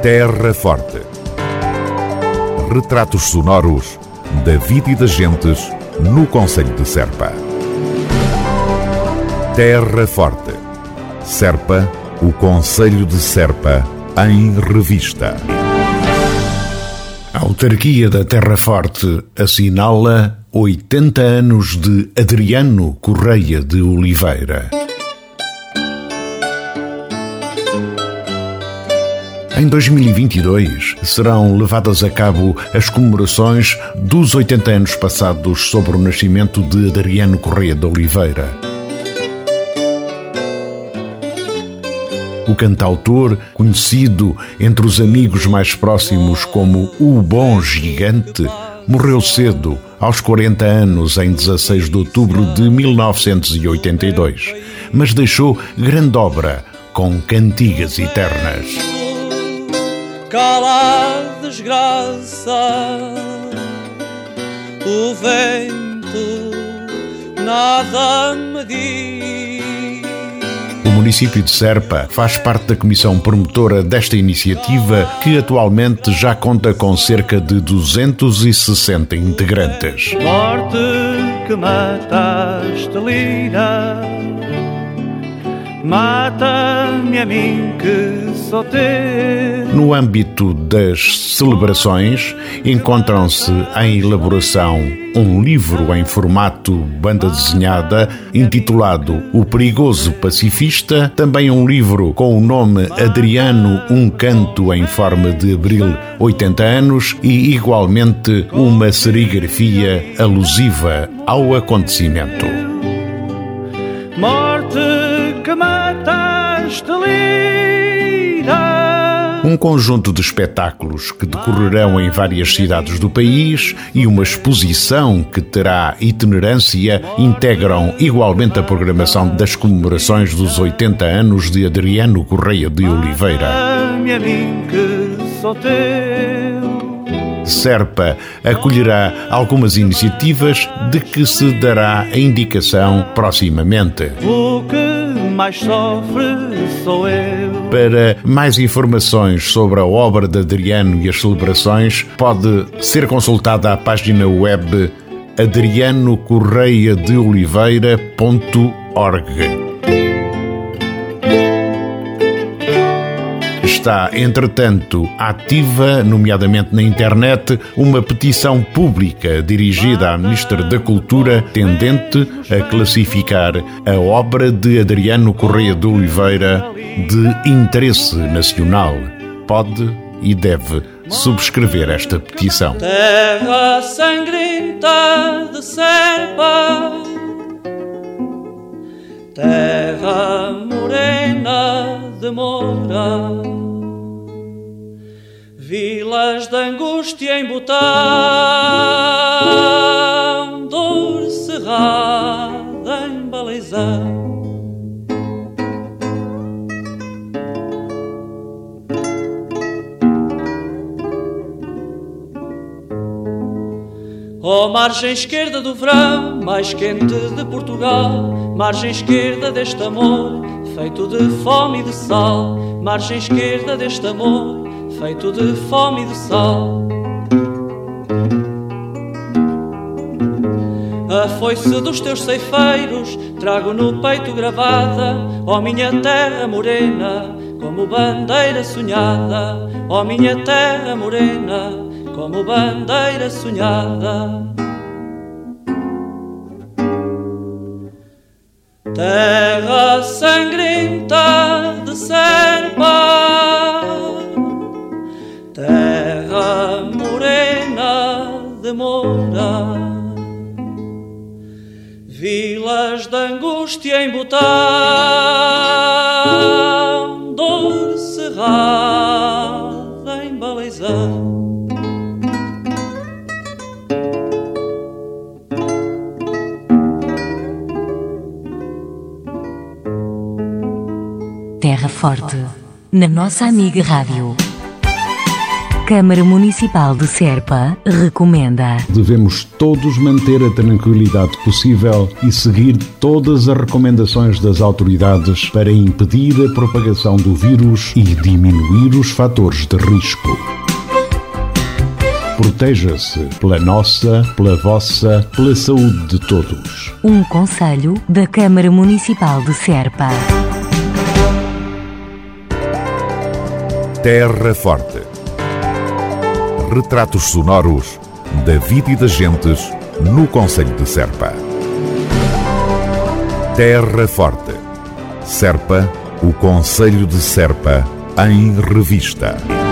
Terra Forte. Retratos sonoros da vida e das gentes no concelho de Serpa. Terra Forte. Serpa, o concelho de Serpa, em revista. A autarquia da Terra Forte assinala 80 anos de Adriano Correia de Oliveira. Em 2022 serão levadas a cabo as comemorações dos 80 anos passados sobre o nascimento de Adriano Correia de Oliveira. O cantautor, conhecido entre os amigos mais próximos como o Bom Gigante, morreu cedo, aos 40 anos, em 16 de outubro de 1982, mas deixou grande obra com cantigas eternas. Cala a desgraça, o vento nada me diz. O município de Serpa faz parte da comissão promotora desta iniciativa, que atualmente já conta com cerca de 260 integrantes. Morte que mataste, lira, mata-me a mim que sou teu. No âmbito das celebrações, encontram-se em elaboração um livro em formato banda desenhada intitulado O Perigoso Pacifista, também um livro com o nome Adriano, um canto em forma de abril 80 anos e igualmente uma serigrafia alusiva ao acontecimento. Morte que mataste, lira. Um conjunto de espetáculos que decorrerão em várias cidades do país e uma exposição que terá itinerância integram igualmente a programação das comemorações dos 80 anos de Adriano Correia de Oliveira. Serpa acolherá algumas iniciativas de que se dará a indicação proximamente. O que mais sofre sou eu. Para mais informações sobre a obra de Adriano e as celebrações, pode ser consultada a página web adrianocorreiadeoliveira.org. Está, entretanto, ativa, nomeadamente na internet, uma petição pública dirigida à Ministra da Cultura tendente a classificar a obra de Adriano Correia de Oliveira de interesse nacional. Pode e deve subscrever esta petição. Terra sangrenta de Serpa, terra morena de Moura, vilas de angústia em botão, dor cerrada em balizão. Ó margem esquerda do verão, mais quente de Portugal, margem esquerda deste amor, feito de fome e de sal, margem esquerda deste amor, feito de fome e de sal. A foice dos teus ceifeiros trago no peito gravada, ó minha terra morena, como bandeira sonhada, ó minha terra morena, como bandeira sonhada. Terra sangrenta de Serpa, terra morena de Moura, vilas de angústia em botão, dor cerrada em balizão. Terra Forte, na nossa amiga rádio. Câmara Municipal de Serpa recomenda: devemos todos manter a tranquilidade possível e seguir todas as recomendações das autoridades para impedir a propagação do vírus e diminuir os fatores de risco. Proteja-se pela nossa, pela vossa, pela saúde de todos. Um conselho da Câmara Municipal de Serpa. Terra Forte. Retratos sonoros da vida e das gentes no concelho de Serpa. Terra Forte. Serpa, o concelho de Serpa, em revista.